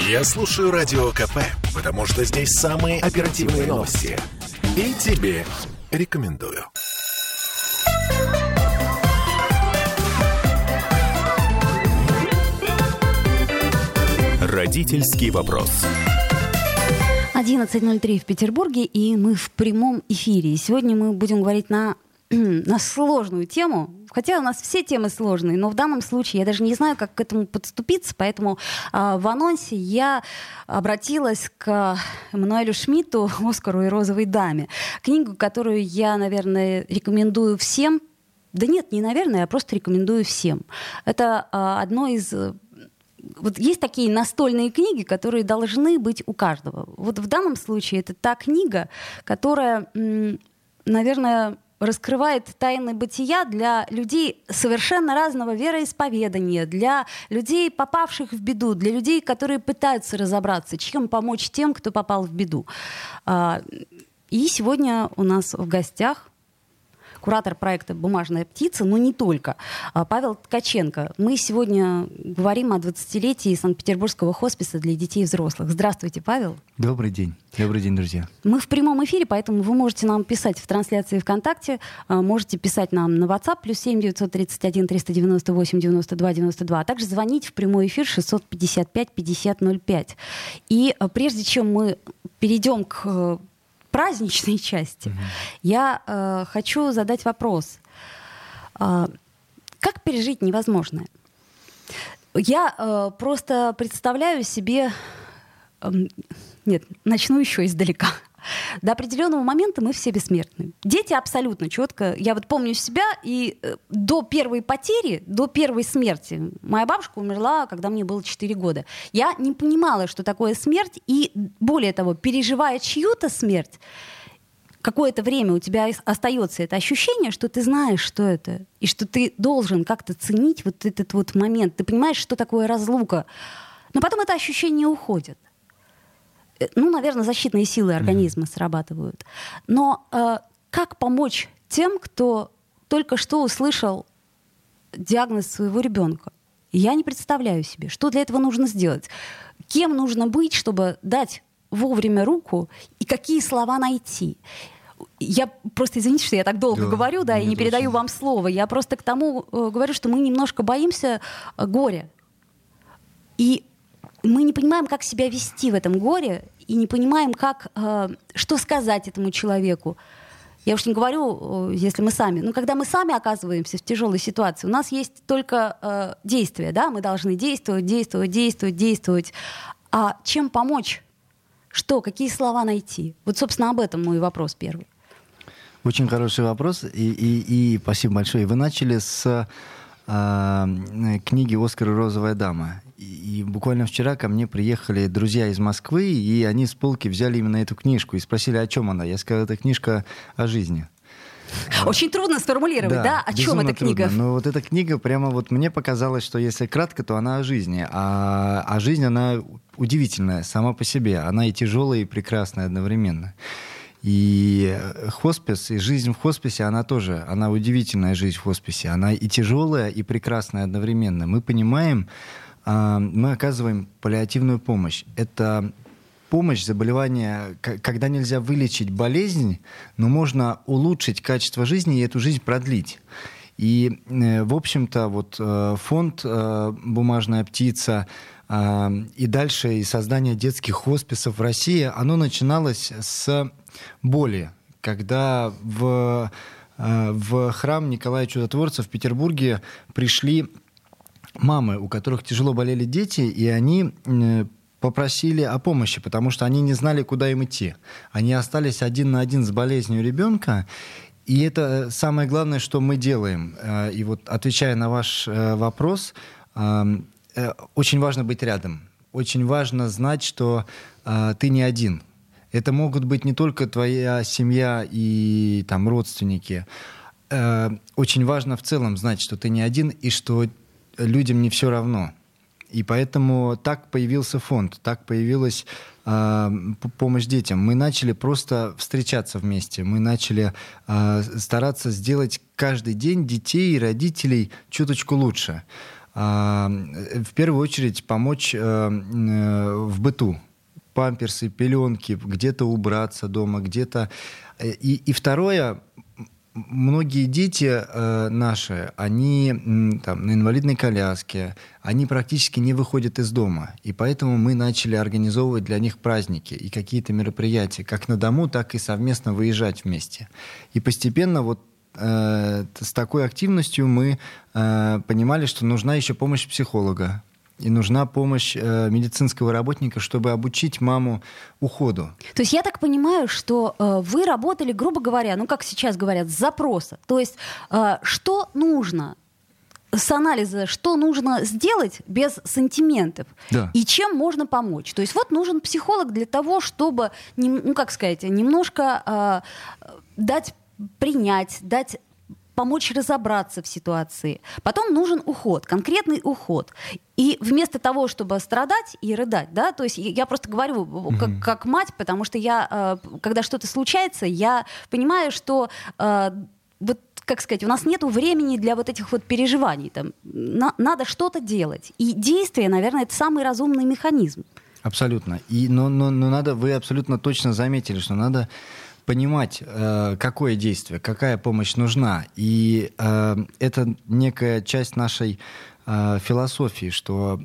Я слушаю Радио КП, потому что здесь самые оперативные новости. И тебе рекомендую. Родительский вопрос. 11:03 в Петербурге, и мы в прямом эфире. И сегодня мы будем говорить на сложную тему. Хотя у нас все темы сложные, но в данном случае я даже не знаю, как к этому подступиться, поэтому в анонсе я обратилась к Эммануэлю Шмидту, «Оскару и розовой даме». Книгу, которую я, наверное, рекомендую всем. Да нет, не наверное, я просто рекомендую всем. Это одно из... Вот есть такие настольные книги, которые должны быть у каждого. Вот в данном случае это та книга, которая, наверное, раскрывает тайны бытия для людей совершенно разного вероисповедания, для людей, попавших в беду, для людей, которые пытаются разобраться, чем помочь тем, кто попал в беду. И сегодня у нас в гостях куратор проекта «Бумажная птица», но не только, Павел Ткаченко. Мы сегодня говорим о 20-летии Санкт-Петербургского хосписа для детей и взрослых. Здравствуйте, Павел. Добрый день. Добрый день, друзья. Мы в прямом эфире, поэтому вы можете нам писать в трансляции ВКонтакте, можете писать нам на WhatsApp, +7 931 398 92 92, а также звонить в прямой эфир 655 50 05. И прежде чем мы перейдем к праздничной части, я хочу задать вопрос. Как пережить невозможное? Я просто представляю себе... Нет, начну еще издалека. До определенного момента мы все бессмертны. Дети абсолютно четко. Я вот помню себя, и до первой потери, до первой смерти, моя бабушка умерла, когда мне было 4 года. Я не понимала, что такое смерть, и более того, переживая чью-то смерть, какое-то время у тебя остается это ощущение, что ты знаешь, что это, и что ты должен как-то ценить вот этот вот момент. Ты понимаешь, что такое разлука. Но потом это ощущение уходит. Ну, наверное, защитные силы организма срабатывают. Но как помочь тем, кто только что услышал диагноз своего ребенка? Я не представляю себе, что для этого нужно сделать. Кем нужно быть, чтобы дать вовремя руку, и какие слова найти? Я просто, извините, что я так долго говорю, и не передаю вам слово. Я просто к тому говорю, что мы немножко боимся горя. И мы не понимаем, как себя вести в этом горе, и не понимаем, что сказать этому человеку. Я уж не говорю, если мы сами. Но когда мы сами оказываемся в тяжелой ситуации, у нас есть только действия. Да? Мы должны действовать. А чем помочь? Что? Какие слова найти? Вот, собственно, об этом мой вопрос первый. Очень хороший вопрос. И спасибо большое. Вы начали с книги «Оскар и розовая дама». И буквально вчера ко мне приехали друзья из Москвы, и они с полки взяли именно эту книжку и спросили, о чем она. Я сказал, это книжка о жизни. Очень трудно сформулировать, да? О чем эта книга? Трудно. Но вот эта книга прямо вот мне показалось, что если кратко, то она о жизни. А жизнь, она удивительная сама по себе. Она и тяжелая, и прекрасная одновременно. И хоспис, и жизнь в хосписе, она удивительная жизнь в хосписе. Она и тяжелая, и прекрасная одновременно. Мы понимаем, мы оказываем паллиативную помощь. Это помощь заболевания, когда нельзя вылечить болезнь, но можно улучшить качество жизни и эту жизнь продлить. И, в общем-то, вот фонд «Бумажная птица» и дальше и создание детских хосписов в России, оно начиналось с боли, когда в храм Николая Чудотворца в Петербурге пришли мамы, у которых тяжело болели дети, и они попросили о помощи, потому что они не знали, куда им идти. Они остались один на один с болезнью ребенка, и это самое главное, что мы делаем. И вот, отвечая на ваш вопрос, очень важно быть рядом. Очень важно знать, что ты не один. Это могут быть не только твоя семья и там, родственники. Очень важно в целом знать, что ты не один и что людям не все равно. И поэтому так появился фонд, так появилась помощь детям. Мы начали просто встречаться вместе, мы начали стараться сделать каждый день детей и родителей чуточку лучше. в первую очередь помочь в быту. Памперсы, пеленки, где-то убраться дома, где-то... И второе, многие дети наши, они там, на инвалидной коляске, они практически не выходят из дома. И поэтому мы начали организовывать для них праздники и какие-то мероприятия, как на дому, так и совместно выезжать вместе. И постепенно вот с такой активностью мы понимали, что нужна еще помощь психолога. И нужна помощь медицинского работника, чтобы обучить маму уходу. То есть я так понимаю, что вы работали, грубо говоря, ну как сейчас говорят, с запроса. То есть что нужно с анализа, что нужно сделать без сантиментов, да. И чем можно помочь. То есть вот нужен психолог для того, чтобы, ну как сказать, немножко дать принять, помочь разобраться в ситуации. Потом нужен уход, конкретный уход. И вместо того, чтобы страдать и рыдать, да, то есть я просто говорю как мать, потому что я, когда что-то случается, я понимаю, что вот, как сказать, у нас нет времени для вот этих вот переживаний. Там, надо что-то делать. И действие, наверное, это самый разумный механизм. Абсолютно. Но надо, вы абсолютно точно заметили, что надо понимать, какое действие, какая помощь нужна. И это некая часть нашей философии, что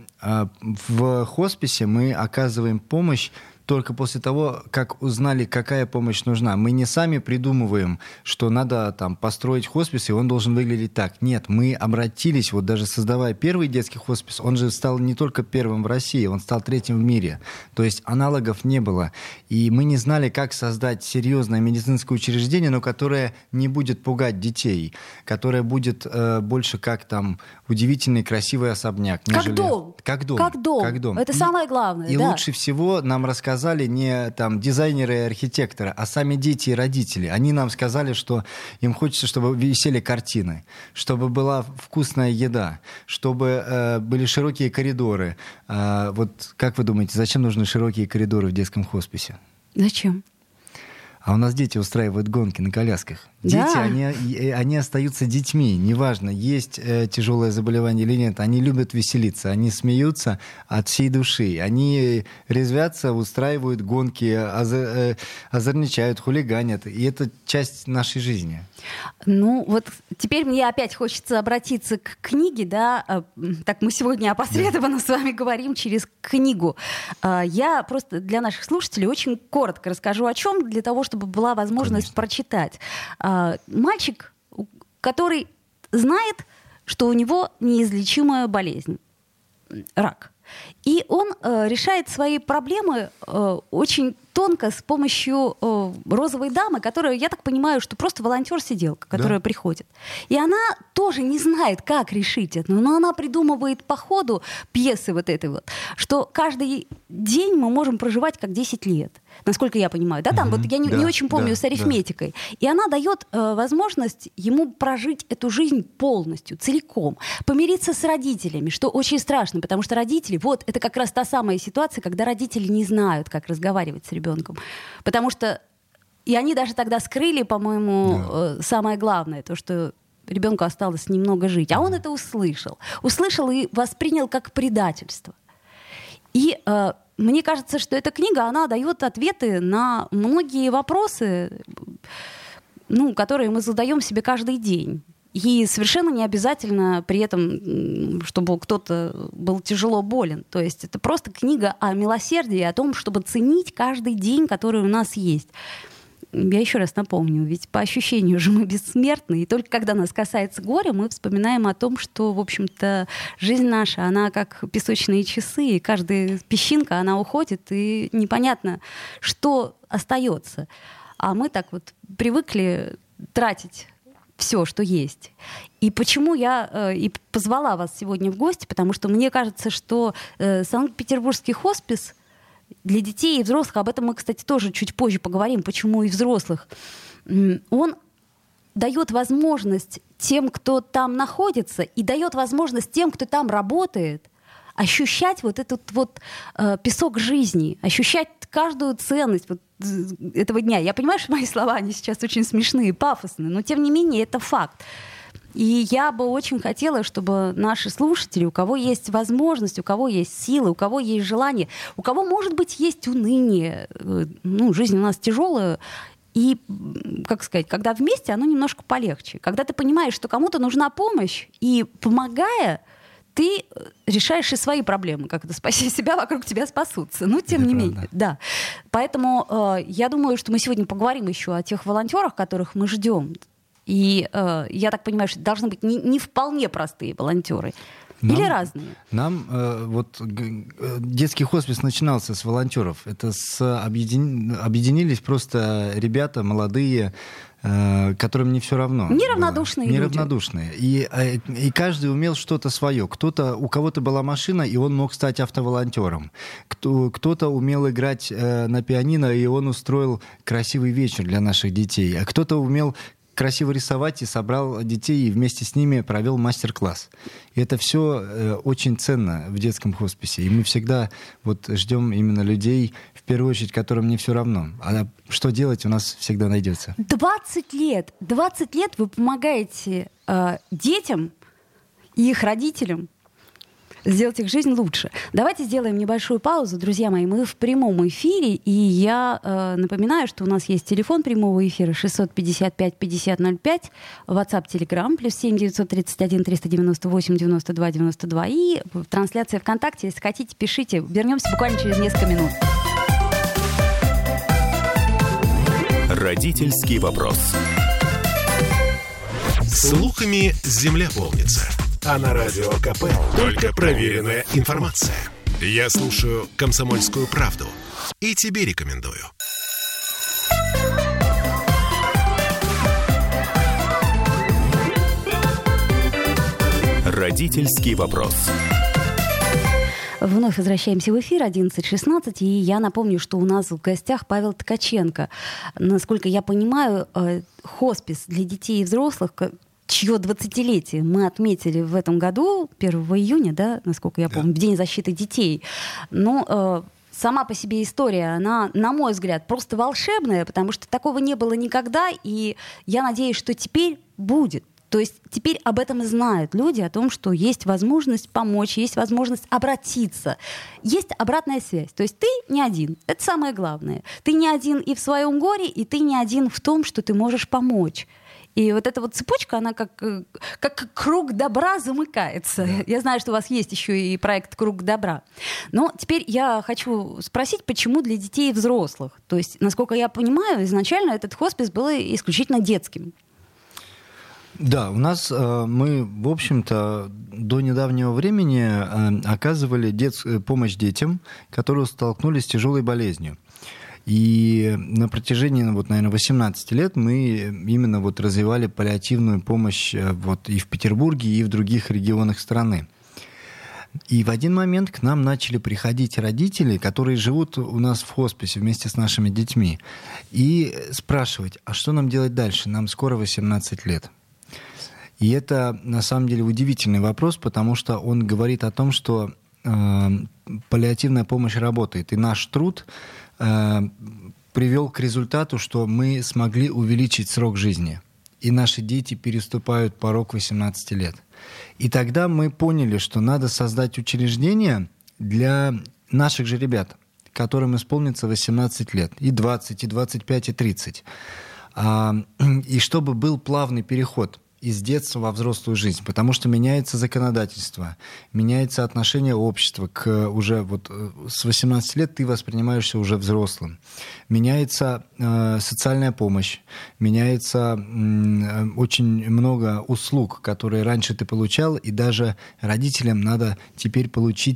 в хосписе мы оказываем помощь только после того, как узнали, какая помощь нужна. Мы не сами придумываем, что надо там построить хоспис, и он должен выглядеть так. Нет, мы обратились, вот даже создавая первый детский хоспис, он же стал не только первым в России, он стал третьим в мире. То есть аналогов не было. И мы не знали, как создать серьезное медицинское учреждение, но которое не будет пугать детей, которое будет больше как там удивительный, красивый особняк. Как дом. Как дом. Как дом. Это самое главное. И лучше всего нам рассказали не там дизайнеры и архитекторы, а сами дети и родители. Они нам сказали, что им хочется, чтобы висели картины, чтобы была вкусная еда, чтобы были широкие коридоры. Вот как вы думаете, зачем нужны широкие коридоры в детском хосписе? Зачем? А у нас дети устраивают гонки на колясках. Да. Дети, они остаются детьми. Неважно, есть тяжелое заболевание или нет. Они любят веселиться, они смеются от всей души. Они резвятся, устраивают гонки, озорничают, хулиганят. И это часть нашей жизни. Ну, вот теперь мне опять хочется обратиться к книге, да. Так мы сегодня опосредованно с вами говорим через книгу. Я просто для наших слушателей очень коротко расскажу о чем, для того, чтобы была возможность прочитать. Мальчик, который знает, что у него неизлечимая болезнь — рак. И он решает свои проблемы очень тонко с помощью розовой дамы, которая, я так понимаю, что просто волонтер-сиделка, которая приходит. И она тоже не знает, как решить это, но она придумывает по ходу пьесы вот этой вот, что каждый день мы можем проживать как 10 лет. Насколько я понимаю. Да, там вот я не очень помню с арифметикой. Да. И она дает возможность ему прожить эту жизнь полностью, целиком. Помириться с родителями, что очень страшно, потому что родители, вот, это как раз та самая ситуация, когда родители не знают, как разговаривать с ребенком. Потому что, и они даже тогда скрыли, по-моему, самое главное, то, что ребенку осталось немного жить. А он это услышал. Услышал и воспринял как предательство. И мне кажется, что эта книга, она дает ответы на многие вопросы, ну, которые мы задаем себе каждый день. И совершенно не обязательно при этом, чтобы кто-то был тяжело болен. То есть это просто книга о милосердии, о том, чтобы ценить каждый день, который у нас есть. Я еще раз напомню, ведь по ощущению же мы бессмертны, и только когда нас касается горя, мы вспоминаем о том, что, в общем-то, жизнь наша, она как песочные часы, и каждая песчинка, она уходит, и непонятно, что остается. А мы так вот привыкли тратить все, что есть. И почему я и позвала вас сегодня в гости, потому что мне кажется, что Санкт-Петербургский хоспис для детей и взрослых, об этом мы, кстати, тоже чуть позже поговорим, почему и взрослых, он дает возможность тем, кто там находится, и дает возможность тем, кто там работает, ощущать вот этот вот песок жизни, ощущать каждую ценность вот этого дня. Я понимаю, что мои слова, они сейчас очень смешные, пафосные, но тем не менее это факт. И я бы очень хотела, чтобы наши слушатели, у кого есть возможность, у кого есть силы, у кого есть желание, у кого, может быть, есть уныние, жизнь у нас тяжелая, и, как сказать, когда вместе, оно немножко полегче. Когда ты понимаешь, что кому-то нужна помощь, и помогая, ты решаешь и свои проблемы, как это спаси себя, вокруг тебя спасутся. Тем Это не правда. менее, да. Поэтому я думаю, что мы сегодня поговорим еще о тех волонтерах, которых мы ждем. И я так понимаю, что должны быть не вполне простые волонтеры. Или разные? Нам детский хоспис начинался с волонтеров. Это объединились просто ребята молодые, которым не все равно. Неравнодушные люди. Неравнодушные. И каждый умел что-то свое. У кого-то была машина, и он мог стать автоволонтером. Кто-то умел играть на пианино, и он устроил красивый вечер для наших детей. А кто-то умел красиво рисовать и собрал детей и вместе с ними провел мастер-класс. И это все очень ценно в детском хосписе. И мы всегда ждем именно людей, в первую очередь, которым не все равно. А что делать, у нас всегда найдется. 20 лет вы помогаете детям и их родителям сделать их жизнь лучше. Давайте сделаем небольшую паузу, друзья мои. Мы в прямом эфире, и я напоминаю, что у нас есть телефон прямого эфира 655-5005, WhatsApp, Telegram, +7 931 398 92 92, и трансляция ВКонтакте. Если хотите, пишите. Вернемся буквально через несколько минут. Родительский вопрос. Слухами земля полнится. А на Радио КП только проверенная информация. Я слушаю «Комсомольскую правду» и тебе рекомендую. Родительский вопрос. Вновь возвращаемся в эфир 11:16, и я напомню, что у нас в гостях Павел Ткаченко. Насколько я понимаю, хоспис для детей и взрослых, чье 20-летие мы отметили в этом году, 1 июня, да, насколько я помню, в День защиты детей. Но сама по себе история, она, на мой взгляд, просто волшебная, потому что такого не было никогда, и я надеюсь, что теперь будет. То есть теперь об этом знают люди, о том, что есть возможность помочь, есть возможность обратиться. Есть обратная связь. То есть ты не один. Это самое главное. Ты не один и в своем горе, и ты не один в том, что ты можешь помочь. И вот эта цепочка, она как круг добра замыкается. Я знаю, что у вас есть еще и проект «Круг добра». Но теперь я хочу спросить, почему для детей и взрослых? То есть, насколько я понимаю, изначально этот хоспис был исключительно детским. Да, у нас мы, в общем-то, до недавнего времени оказывали помощь детям, которые столкнулись с тяжелой болезнью. И на протяжении, наверное, 18 лет мы именно развивали паллиативную помощь и в Петербурге, и в других регионах страны. И в один момент к нам начали приходить родители, которые живут у нас в хосписе вместе с нашими детьми, и спрашивать, а что нам делать дальше? Нам скоро 18 лет. И это, на самом деле, удивительный вопрос, потому что он говорит о том, что паллиативная помощь работает. И наш труд привел к результату, что мы смогли увеличить срок жизни. И наши дети переступают порог 18 лет. И тогда мы поняли, что надо создать учреждение для наших же ребят, которым исполнится 18 лет. И 20, и 25, и 30. И чтобы был плавный переход из детства во взрослую жизнь, потому что меняется законодательство, меняется отношение общества к уже с 18 лет ты воспринимаешься уже взрослым. Меняется социальная помощь, меняется очень много услуг, которые раньше ты получал, и даже родителям надо теперь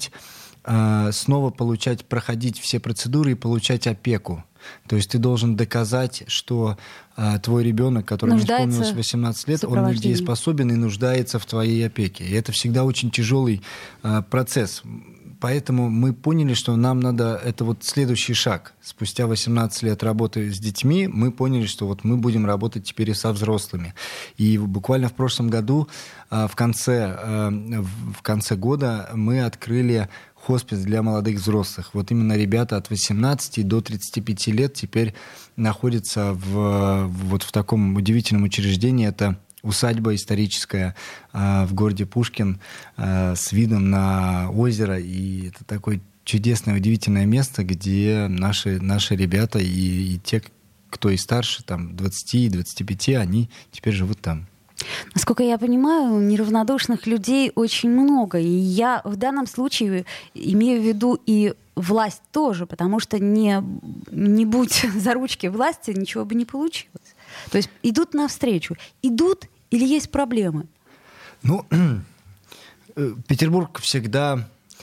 снова проходить все процедуры и получать опеку. То есть ты должен доказать, что твой ребенок, которому исполнилось 18 лет, он недееспособен и нуждается в твоей опеке. И это всегда очень тяжелый процесс. Поэтому мы поняли, что нам надо... Это следующий шаг. Спустя 18 лет работы с детьми мы поняли, что мы будем работать теперь и со взрослыми. И буквально в прошлом году, в конце года, мы открыли хоспис для молодых взрослых. Именно ребята от 18 до 35 лет теперь находятся в таком удивительном учреждении. Это усадьба историческая в городе Пушкин с видом на озеро. И это такое чудесное, удивительное место, где наши ребята и те, кто и старше, там, 20-25, они теперь живут там. Насколько я понимаю, неравнодушных людей очень много. И я в данном случае имею в виду и власть тоже, потому что не будь за ручки власти, ничего бы не получилось. То есть идут навстречу. Идут или есть проблемы? Ну, Петербург всегда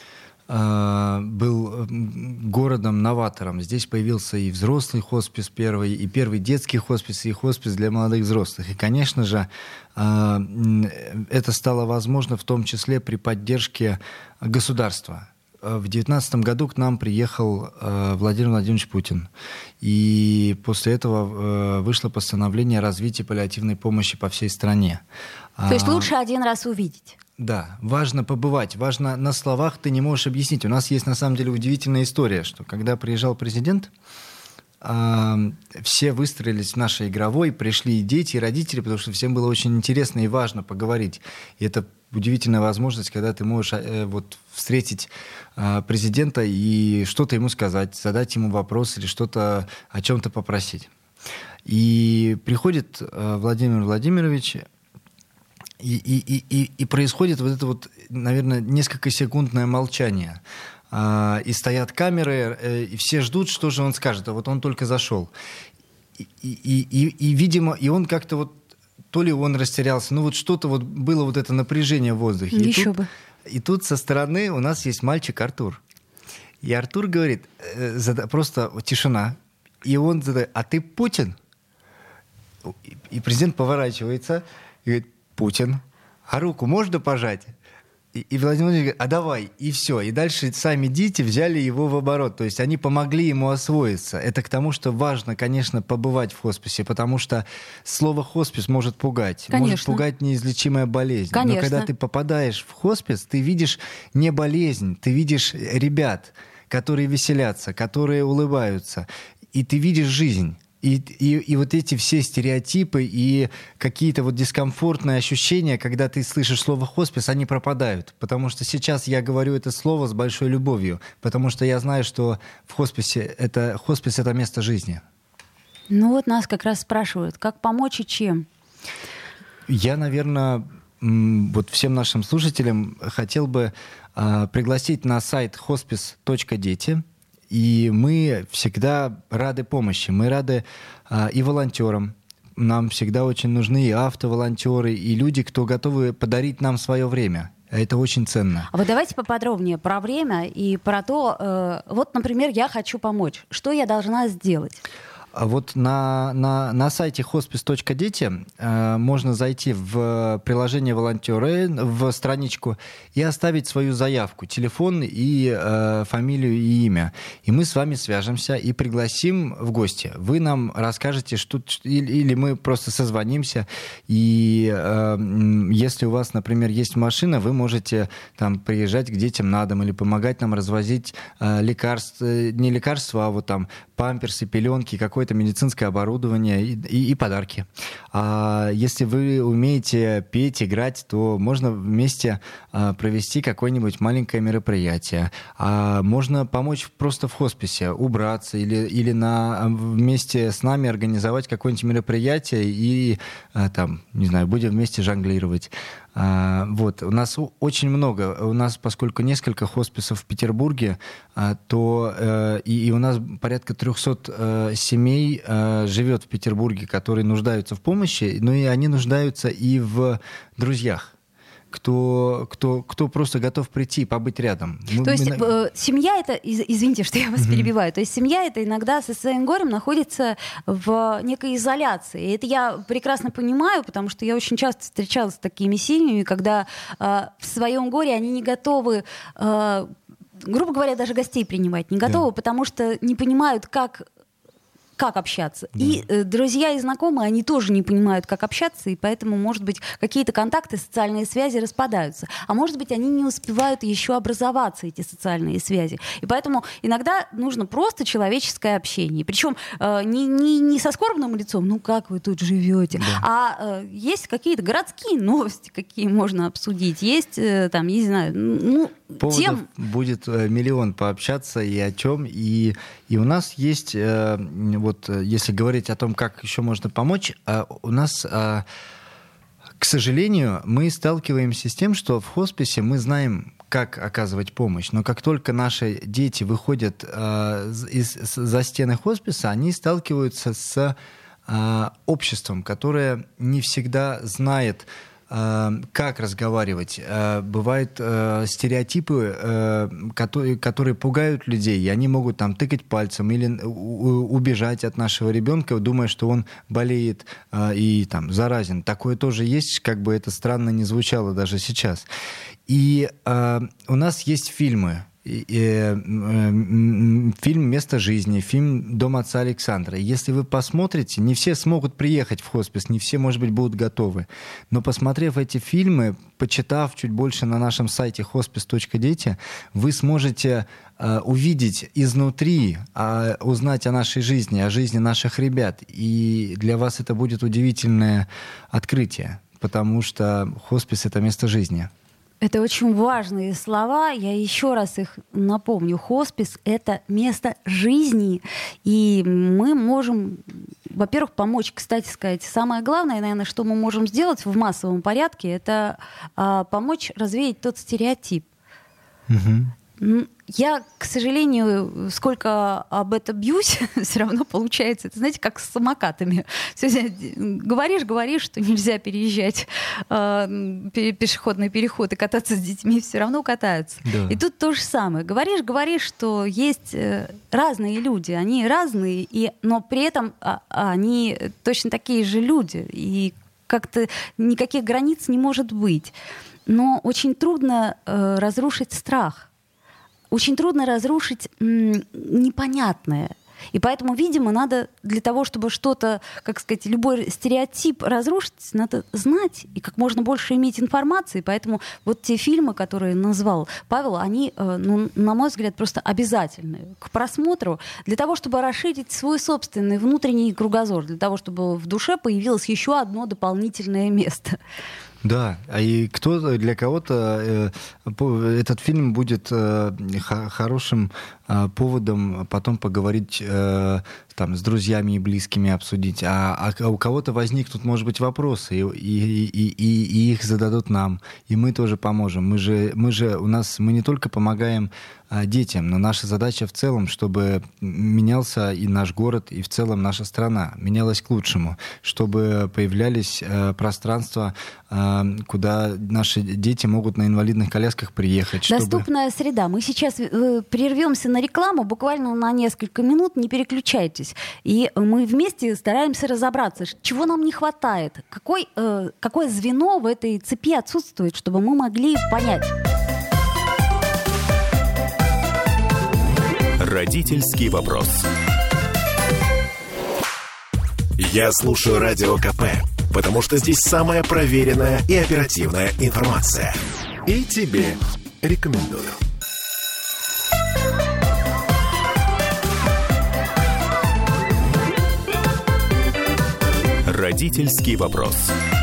был городом-новатором. Здесь появился и взрослый хоспис первый, и первый детский хоспис, и хоспис для молодых взрослых. И, конечно же, это стало возможно в том числе при поддержке государства. В 2019 году к нам приехал Владимир Владимирович Путин. И после этого вышло постановление о развитии паллиативной помощи по всей стране. То есть лучше один раз увидеть? Да, важно побывать, важно на словах ты не можешь объяснить. У нас есть на самом деле удивительная история, что когда приезжал президент, все выстроились в нашей игровой, пришли и дети, и родители, потому что всем было очень интересно и важно поговорить. И это удивительная возможность, когда ты можешь встретить президента и что-то ему сказать, задать ему вопрос или что-то о чем-то попросить. И приходит Владимир Владимирович, и происходит вот это вот, наверное, несколько секундное молчание. И стоят камеры, и все ждут, что же он скажет. А вот он только зашел. И видимо, и он как-то вот, то ли он растерялся, ну вот что-то вот было вот это напряжение в воздухе. И тут со стороны у нас есть мальчик Артур. И Артур говорит, просто тишина. И он задает, а ты Путин? И президент поворачивается и говорит, Путин. А руку можно пожать? И Владимир Владимирович говорит, а давай, и все. И дальше сами дети взяли его в оборот. То есть они помогли ему освоиться. Это к тому, что важно, конечно, побывать в хосписе, потому что слово «хоспис» может пугать. Конечно. Может пугать неизлечимая болезнь. Конечно. Но когда ты попадаешь в хоспис, ты видишь не болезнь, ты видишь ребят, которые веселятся, которые улыбаются. И ты видишь жизнь. И вот эти все стереотипы и какие-то вот дискомфортные ощущения, когда ты слышишь слово «хоспис», они пропадают. Потому что сейчас я говорю это слово с большой любовью, потому что я знаю, что хоспис — это место жизни. Ну вот нас как раз спрашивают, как помочь и чем? Я, наверное, вот всем нашим слушателям хотел бы пригласить на сайт hospice.дети. И мы всегда рады помощи. Мы рады и волонтерам. Нам всегда очень нужны и автоволонтеры, и люди, кто готовы подарить нам свое время. Это очень ценно. А вот давайте поподробнее про время и про то, вот, например, я хочу помочь. Что я должна сделать? Вот на сайте hospice.дети можно зайти в приложение «Волонтеры», в страничку и оставить свою заявку, телефон и фамилию и имя. И мы с вами свяжемся и пригласим в гости. Вы нам расскажете, или мы просто созвонимся. И если у вас, например, есть машина, вы можете там приезжать к детям на дом или помогать нам развозить лекарства, не лекарства, а вот там памперсы, пеленки, какое-то медицинское оборудование и подарки. А если вы умеете петь, играть, то можно вместе провести какое-нибудь маленькое мероприятие. А можно помочь просто в хосписе, убраться или вместе с нами организовать какое-нибудь мероприятие и там, не знаю, будем вместе жонглировать. Вот. У нас очень много. У нас, поскольку несколько хосписов в Петербурге, то и у нас порядка 300 семей живет в Петербурге, которые нуждаются в помощи, но и они нуждаются и в друзьях. Кто просто готов прийти и побыть рядом. То есть семья это, извините, что я вас перебиваю, то есть семья это иногда со своим горем находится в некой изоляции. И это я прекрасно понимаю, потому что я очень часто встречалась с такими семьями, когда в своем горе они не готовы, грубо говоря, даже гостей принимать не готовы, потому что не понимают, как как общаться. Да. И друзья и знакомые, они тоже не понимают, как общаться, и поэтому, может быть, какие-то контакты, социальные связи распадаются. А может быть, они не успевают еще образоваться, эти социальные связи. И поэтому иногда нужно просто человеческое общение. Причем не со скорбным лицом, ну как вы тут живете, да. А есть какие-то городские новости, какие можно обсудить. Есть там, я не знаю, поводов будет миллион пообщаться и о чем. И у нас есть, вот если говорить о том, как еще можно помочь, у нас, к сожалению, мы сталкиваемся с тем, что в хосписе мы знаем, как оказывать помощь. Но как только наши дети выходят за стены хосписа, они сталкиваются с обществом, которое не всегда знает, как разговаривать. Бывают стереотипы, которые пугают людей, и они могут там тыкать пальцем или убежать от нашего ребенка, думая, что он болеет и там заразен. Такое тоже есть, как бы это странно ни звучало даже сейчас. И у нас есть фильмы. Фильм «Место жизни», фильм «Дом отца Александра». Если вы посмотрите, не все смогут приехать в хоспис, не все, может быть, будут готовы. Но посмотрев эти фильмы, почитав чуть больше на нашем сайте hospice.дети, вы сможете увидеть изнутри, узнать о нашей жизни, о жизни наших ребят. И для вас это будет удивительное открытие, потому что хоспис — это место жизни. Это очень важные слова. Я еще раз их напомню. Хоспис — это место жизни. И мы можем, во-первых, помочь, кстати сказать. Самое главное, наверное, что мы можем сделать в массовом порядке, это помочь развеять тот стереотип. Угу. Я, к сожалению, сколько об этом бьюсь, все равно получается, это, знаете, как с самокатами. Говоришь, что нельзя переезжать пешеходный переход и кататься с детьми, все равно катаются. Да. И тут то же самое. Говоришь, что есть разные люди, они разные, но при этом они точно такие же люди. И как-то никаких границ не может быть. Но очень трудно разрушить страх. Очень трудно разрушить непонятное. И поэтому, видимо, надо для того, чтобы что-то, как сказать, любой стереотип разрушить, надо знать и как можно больше иметь информации. Поэтому вот те фильмы, которые назвал Павел, они, на мой взгляд, просто обязательны к просмотру для того, чтобы расширить свой собственный внутренний кругозор, для того, чтобы в душе появилось еще одно дополнительное место. Да, и для кого-то этот фильм будет хорошим поводом потом поговорить там, с друзьями и близкими, обсудить. А у кого-то возникнут, может быть, вопросы, и их зададут нам. И мы тоже поможем. Мы не только помогаем детям, но наша задача в целом, чтобы менялся и наш город, и в целом наша страна менялась к лучшему, чтобы появлялись пространства, куда наши дети могут на инвалидных колясках приехать. Доступная среда. Мы сейчас прервемся на рекламу, буквально на несколько минут, не переключайтесь. И мы вместе стараемся разобраться, чего нам не хватает, какое звено в этой цепи отсутствует, чтобы мы могли понять. Родительский вопрос. Я слушаю Радио КП, потому что здесь самая проверенная и оперативная информация. И тебе рекомендую. Родительский вопрос.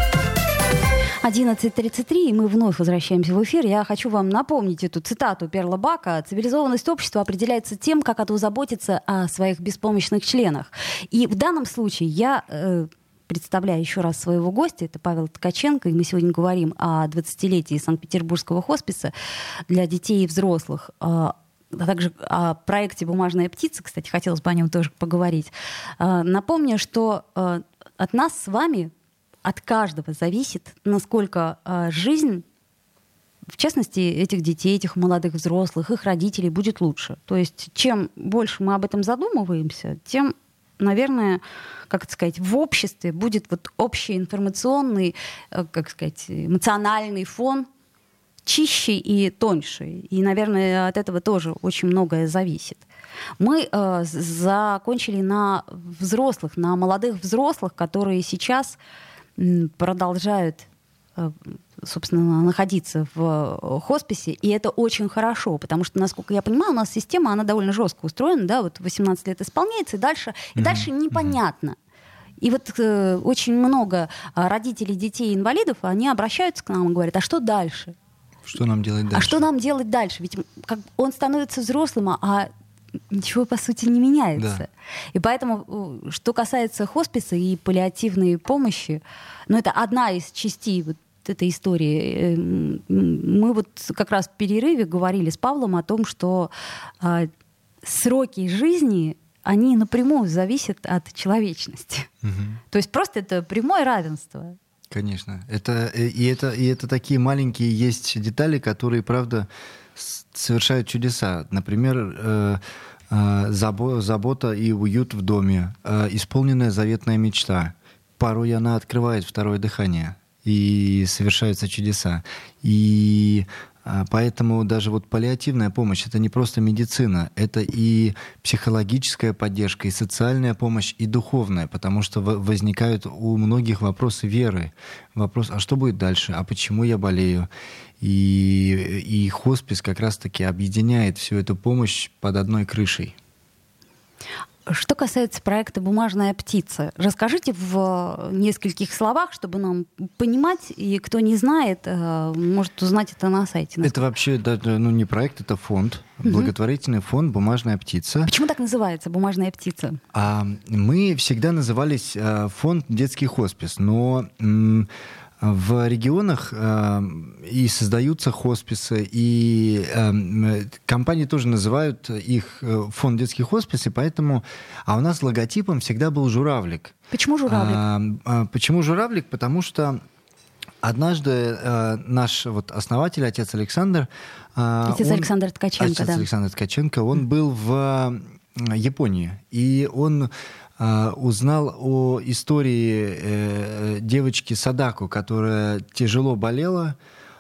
11:33, и мы вновь возвращаемся в эфир. Я хочу вам напомнить эту цитату Перла Бака. «Цивилизованность общества определяется тем, как оно заботится о своих беспомощных членах». И в данном случае я представляю еще раз своего гостя. Это Павел Ткаченко, и мы сегодня говорим о 20-летии Санкт-Петербургского хосписа для детей и взрослых. А также о проекте «Бумажная птица». Кстати, хотелось бы о нем тоже поговорить. Напомню, что от нас с вами, от каждого зависит, насколько жизнь, в частности, этих детей, этих молодых взрослых, их родителей будет лучше. То есть чем больше мы об этом задумываемся, тем, наверное, как это сказать, в обществе будет вот общий информационный, как сказать, эмоциональный фон чище и тоньше. И, наверное, от этого тоже очень многое зависит. Мы закончили на взрослых, на молодых взрослых, которые сейчас продолжают, собственно, находиться в хосписе, и это очень хорошо, потому что, насколько я понимаю, у нас система, она довольно жестко устроена, да, вот 18 лет исполняется, и дальше непонятно. И вот очень много родителей детей-инвалидов, они обращаются к нам и говорят, а что дальше? Что нам делать дальше? А что нам делать дальше? Ведь он становится взрослым, а ничего, по сути, не меняется. Да. И поэтому, что касается хосписа и паллиативной помощи, это одна из частей вот этой истории. Мы вот как раз в перерыве говорили с Павлом о том, что сроки жизни, они напрямую зависят от человечности. То есть просто это прямое равенство. Конечно. Это такие маленькие есть детали, которые, правда, совершают чудеса. Например, забота и уют в доме, исполненная заветная мечта. Порой она открывает второе дыхание, и совершаются чудеса. И поэтому даже вот паллиативная помощь — это не просто медицина, это и психологическая поддержка, и социальная помощь, и духовная, потому что возникают у многих вопросы веры. Вопрос, а что будет дальше? А почему я болею? И хоспис как раз-таки объединяет всю эту помощь под одной крышей. Что касается проекта «Бумажная птица», расскажите в нескольких словах, чтобы нам понимать, и кто не знает, может узнать это на сайте. Это вообще не проект, это фонд, благотворительный фонд «Бумажная птица». Почему так называется «Бумажная птица»? Мы всегда назывались фонд «Детский хоспис», но в регионах и создаются хосписы, и компании тоже называют их фонд детских хоспис, и поэтому... А у нас логотипом всегда был журавлик. Почему журавлик? Почему журавлик? Потому что однажды наш основатель, отец Александр... Александр Ткаченко, да. Александр Ткаченко, он был в Японии, и он... узнал о истории девочки Садако, которая тяжело болела,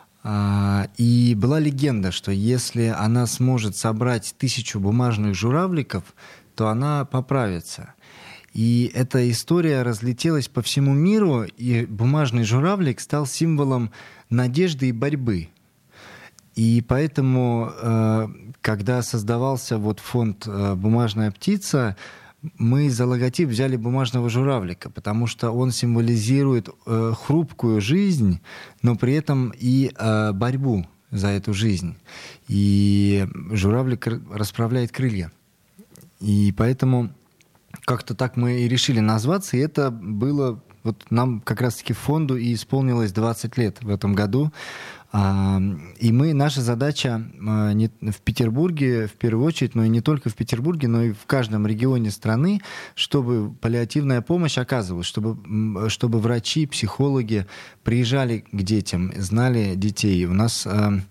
и была легенда, что если она сможет собрать 1000 бумажных журавликов, то она поправится. И эта история разлетелась по всему миру, и бумажный журавлик стал символом надежды и борьбы. И поэтому, когда создавался фонд «Бумажная птица», мы за логотип взяли бумажного журавлика, потому что он символизирует хрупкую жизнь, но при этом и борьбу за эту жизнь. И журавлик расправляет крылья. И поэтому как-то так мы и решили назваться, и это было... нам как раз-таки фонду и исполнилось 20 лет в этом году. И наша задача в Петербурге, в первую очередь, но и не только в Петербурге, но и в каждом регионе страны, чтобы паллиативная помощь оказывалась, чтобы врачи, психологи приезжали к детям, знали детей. У нас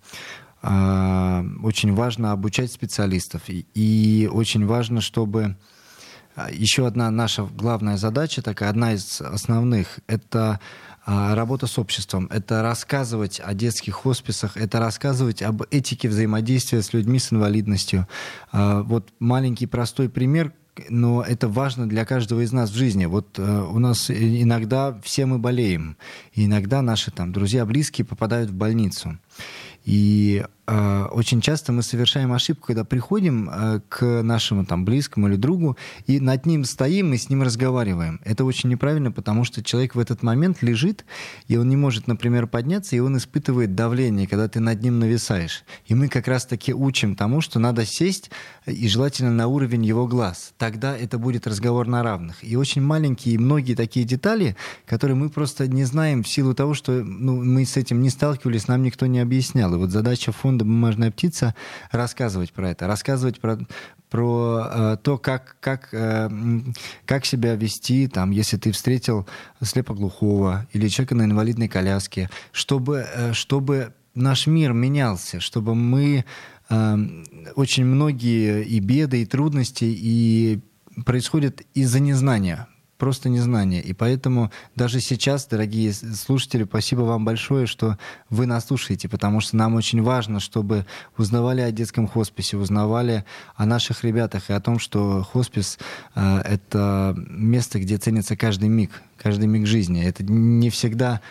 очень важно обучать специалистов, и очень важно, чтобы... Еще одна наша главная задача, одна из основных, это работа с обществом, это рассказывать о детских хосписах, это рассказывать об этике взаимодействия с людьми с инвалидностью. Маленький простой пример, но это важно для каждого из нас в жизни. У нас иногда все мы болеем, и иногда наши друзья, близкие попадают в больницу. И очень часто мы совершаем ошибку, когда приходим к нашему близкому или другу, и над ним стоим и с ним разговариваем. Это очень неправильно, потому что человек в этот момент лежит, и он не может, например, подняться, и он испытывает давление, когда ты над ним нависаешь. И мы как раз-таки учим тому, что надо сесть, и желательно на уровень его глаз. Тогда это будет разговор на равных. И очень маленькие, многие такие детали, которые мы просто не знаем в силу того, что мы с этим не сталкивались, нам никто не объяснял. И задача фонда «Бумажная птица» — рассказывать про это, рассказывать про то, как себя вести, если ты встретил слепоглухого или человека на инвалидной коляске, чтобы наш мир менялся, чтобы мы очень многие и беды, и трудности и происходят из-за незнания. просто незнание. И поэтому даже сейчас, дорогие слушатели, спасибо вам большое, что вы нас слушаете, потому что нам очень важно, чтобы узнавали о детском хосписе, узнавали о наших ребятах и о том, что хоспис — это место, где ценится каждый миг жизни. Это не всегда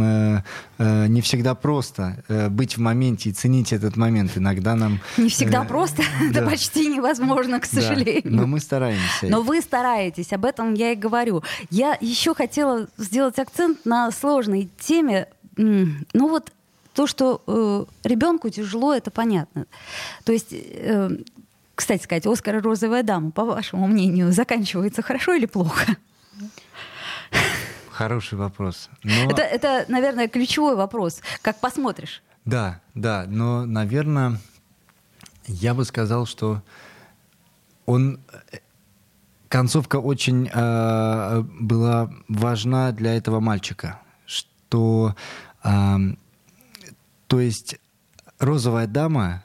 просто быть в моменте и ценить этот момент. Иногда нам... Не всегда просто, это почти невозможно, к сожалению. Но мы стараемся. Но вы стараетесь, об этом я и говорю. Я еще хотела сделать акцент на сложной теме. Ну вот то, что ребенку тяжело, это понятно. То есть... Кстати сказать, «Оскар и розовая дама», по вашему мнению, заканчивается хорошо или плохо? Хороший вопрос. Это, наверное, ключевой вопрос. Как посмотришь? Да. Но, наверное, я бы сказал, что концовка очень была важна для этого мальчика. То есть «Розовая дама»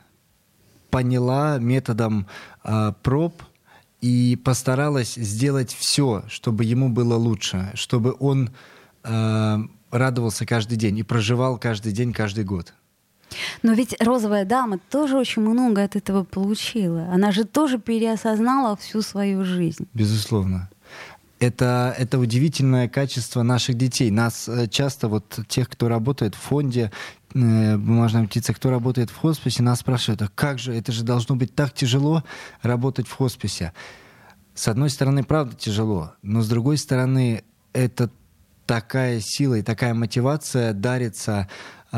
поняла методом проб и постаралась сделать все, чтобы ему было лучше, чтобы он радовался каждый день и проживал каждый день, каждый год. Но ведь «Розовая дама» тоже очень много от этого получила. Она же тоже переосознала всю свою жизнь. Безусловно. Это удивительное качество наших детей. Нас часто, вот тех, кто работает в фонде «Бумажная птица», кто работает в хосписе, нас спрашивают: а как же, это же должно быть так тяжело работать в хосписе. С одной стороны, правда тяжело, но с другой стороны, это такая сила и такая мотивация дарится,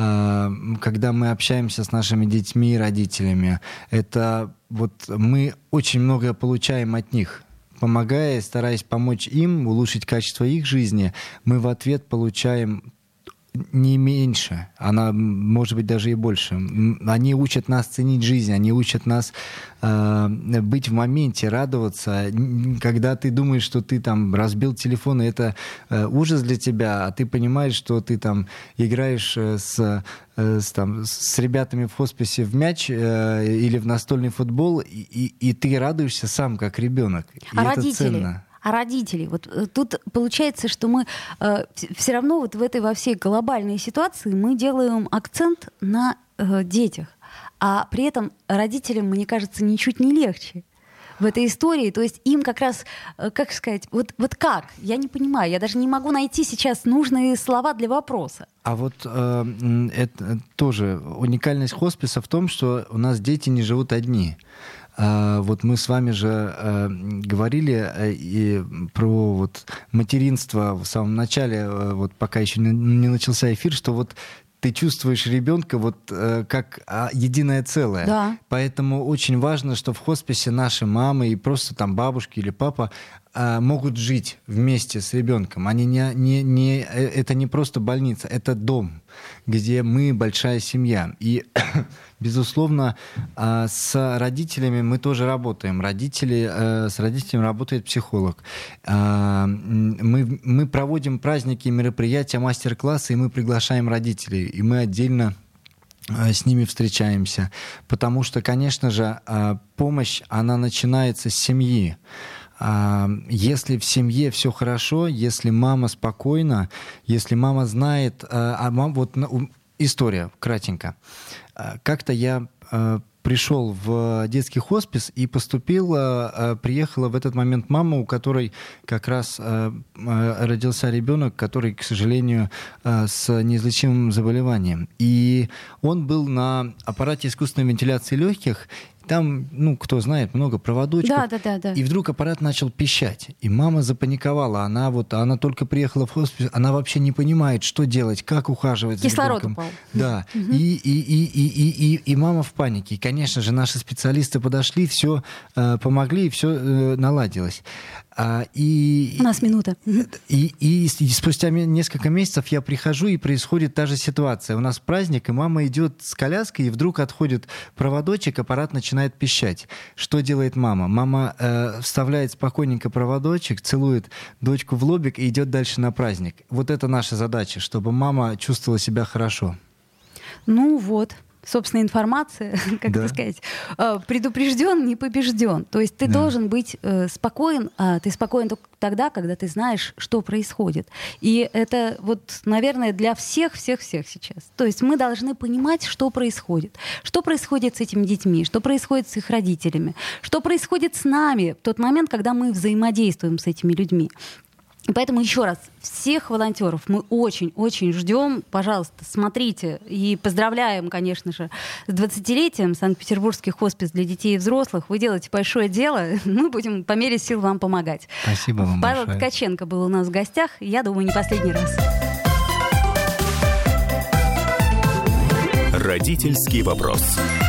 когда мы общаемся с нашими детьми и родителями. Это вот мы очень многое получаем от них. Помогая, стараясь помочь им улучшить качество их жизни, мы в ответ получаем не меньше, она может быть даже и больше. Они учат нас ценить жизнь, они учат нас быть в моменте, радоваться. Когда ты думаешь, что ты там разбил телефон, и это ужас для тебя, а ты понимаешь, что ты там играешь с ребятами в хосписе в мяч или в настольный футбол, и ты радуешься сам, как ребенок. И это родители? ценно. А родители? Вот тут получается, что мы все равно вот в этой во всей глобальной ситуации мы делаем акцент на детях. А при этом родителям, мне кажется, ничуть не легче в этой истории. То есть им как раз, как сказать, вот как? Я не понимаю. Я даже не могу найти сейчас нужные слова для вопроса. А вот это тоже уникальность хосписа в том, что у нас дети не живут одни. Вот мы с вами же говорили и про вот материнство в самом начале, вот пока еще не начался эфир, что вот ты чувствуешь ребенка вот как единое целое. Да. Поэтому очень важно, что в хосписе наши мамы и просто там бабушки или папа могут жить вместе с ребенком. Они это не просто больница, это дом, где мы большая семья. И, безусловно, с родителями мы тоже работаем. С родителями работает психолог. Мы проводим праздники, мероприятия, мастер-классы, и мы приглашаем родителей. И мы отдельно с ними встречаемся. Потому что, конечно же, помощь, она начинается с семьи. Если в семье все хорошо, если мама спокойна, если мама знает... история, кратенько. Как-то я пришел в детский хоспис и приехала в этот момент мама, у которой как раз родился ребенок, который, к сожалению, с неизлечимым заболеванием. И он был на аппарате искусственной вентиляции легких. Там, кто знает, много проводочков. Да. И вдруг аппарат начал пищать. И мама запаниковала. Она только приехала в хоспис, она вообще не понимает, что делать, как ухаживать за ребенком. Кислород упал. Да. И мама в панике. И, конечно же, наши специалисты подошли, все помогли, и все наладилось. У нас минута. И спустя несколько месяцев я прихожу, и происходит та же ситуация. У нас праздник, и мама идет с коляской, и вдруг отходит проводочек, аппарат начинает пищать. Что делает мама? Мама вставляет спокойненько проводочек, целует дочку в лобик и идет дальше на праздник. Вот это наша задача, чтобы мама чувствовала себя хорошо. Ну вот. собственная информация, как это сказать, предупрежден, не побежден. То есть ты должен быть спокоен, ты спокоен только тогда, когда ты знаешь, что происходит. И это вот, наверное, для всех сейчас. То есть мы должны понимать, что происходит с этими детьми, что происходит с их родителями, что происходит с нами в тот момент, когда мы взаимодействуем с этими людьми. Поэтому еще раз, всех волонтеров мы очень-очень ждем. Пожалуйста, смотрите. И поздравляем, конечно же, с 20-летием Санкт-Петербургский хоспис для детей и взрослых. Вы делаете большое дело. Мы будем по мере сил вам помогать. Спасибо вам Павел большое. Ткаченко был у нас в гостях. Я думаю, не последний раз. Родительский вопрос.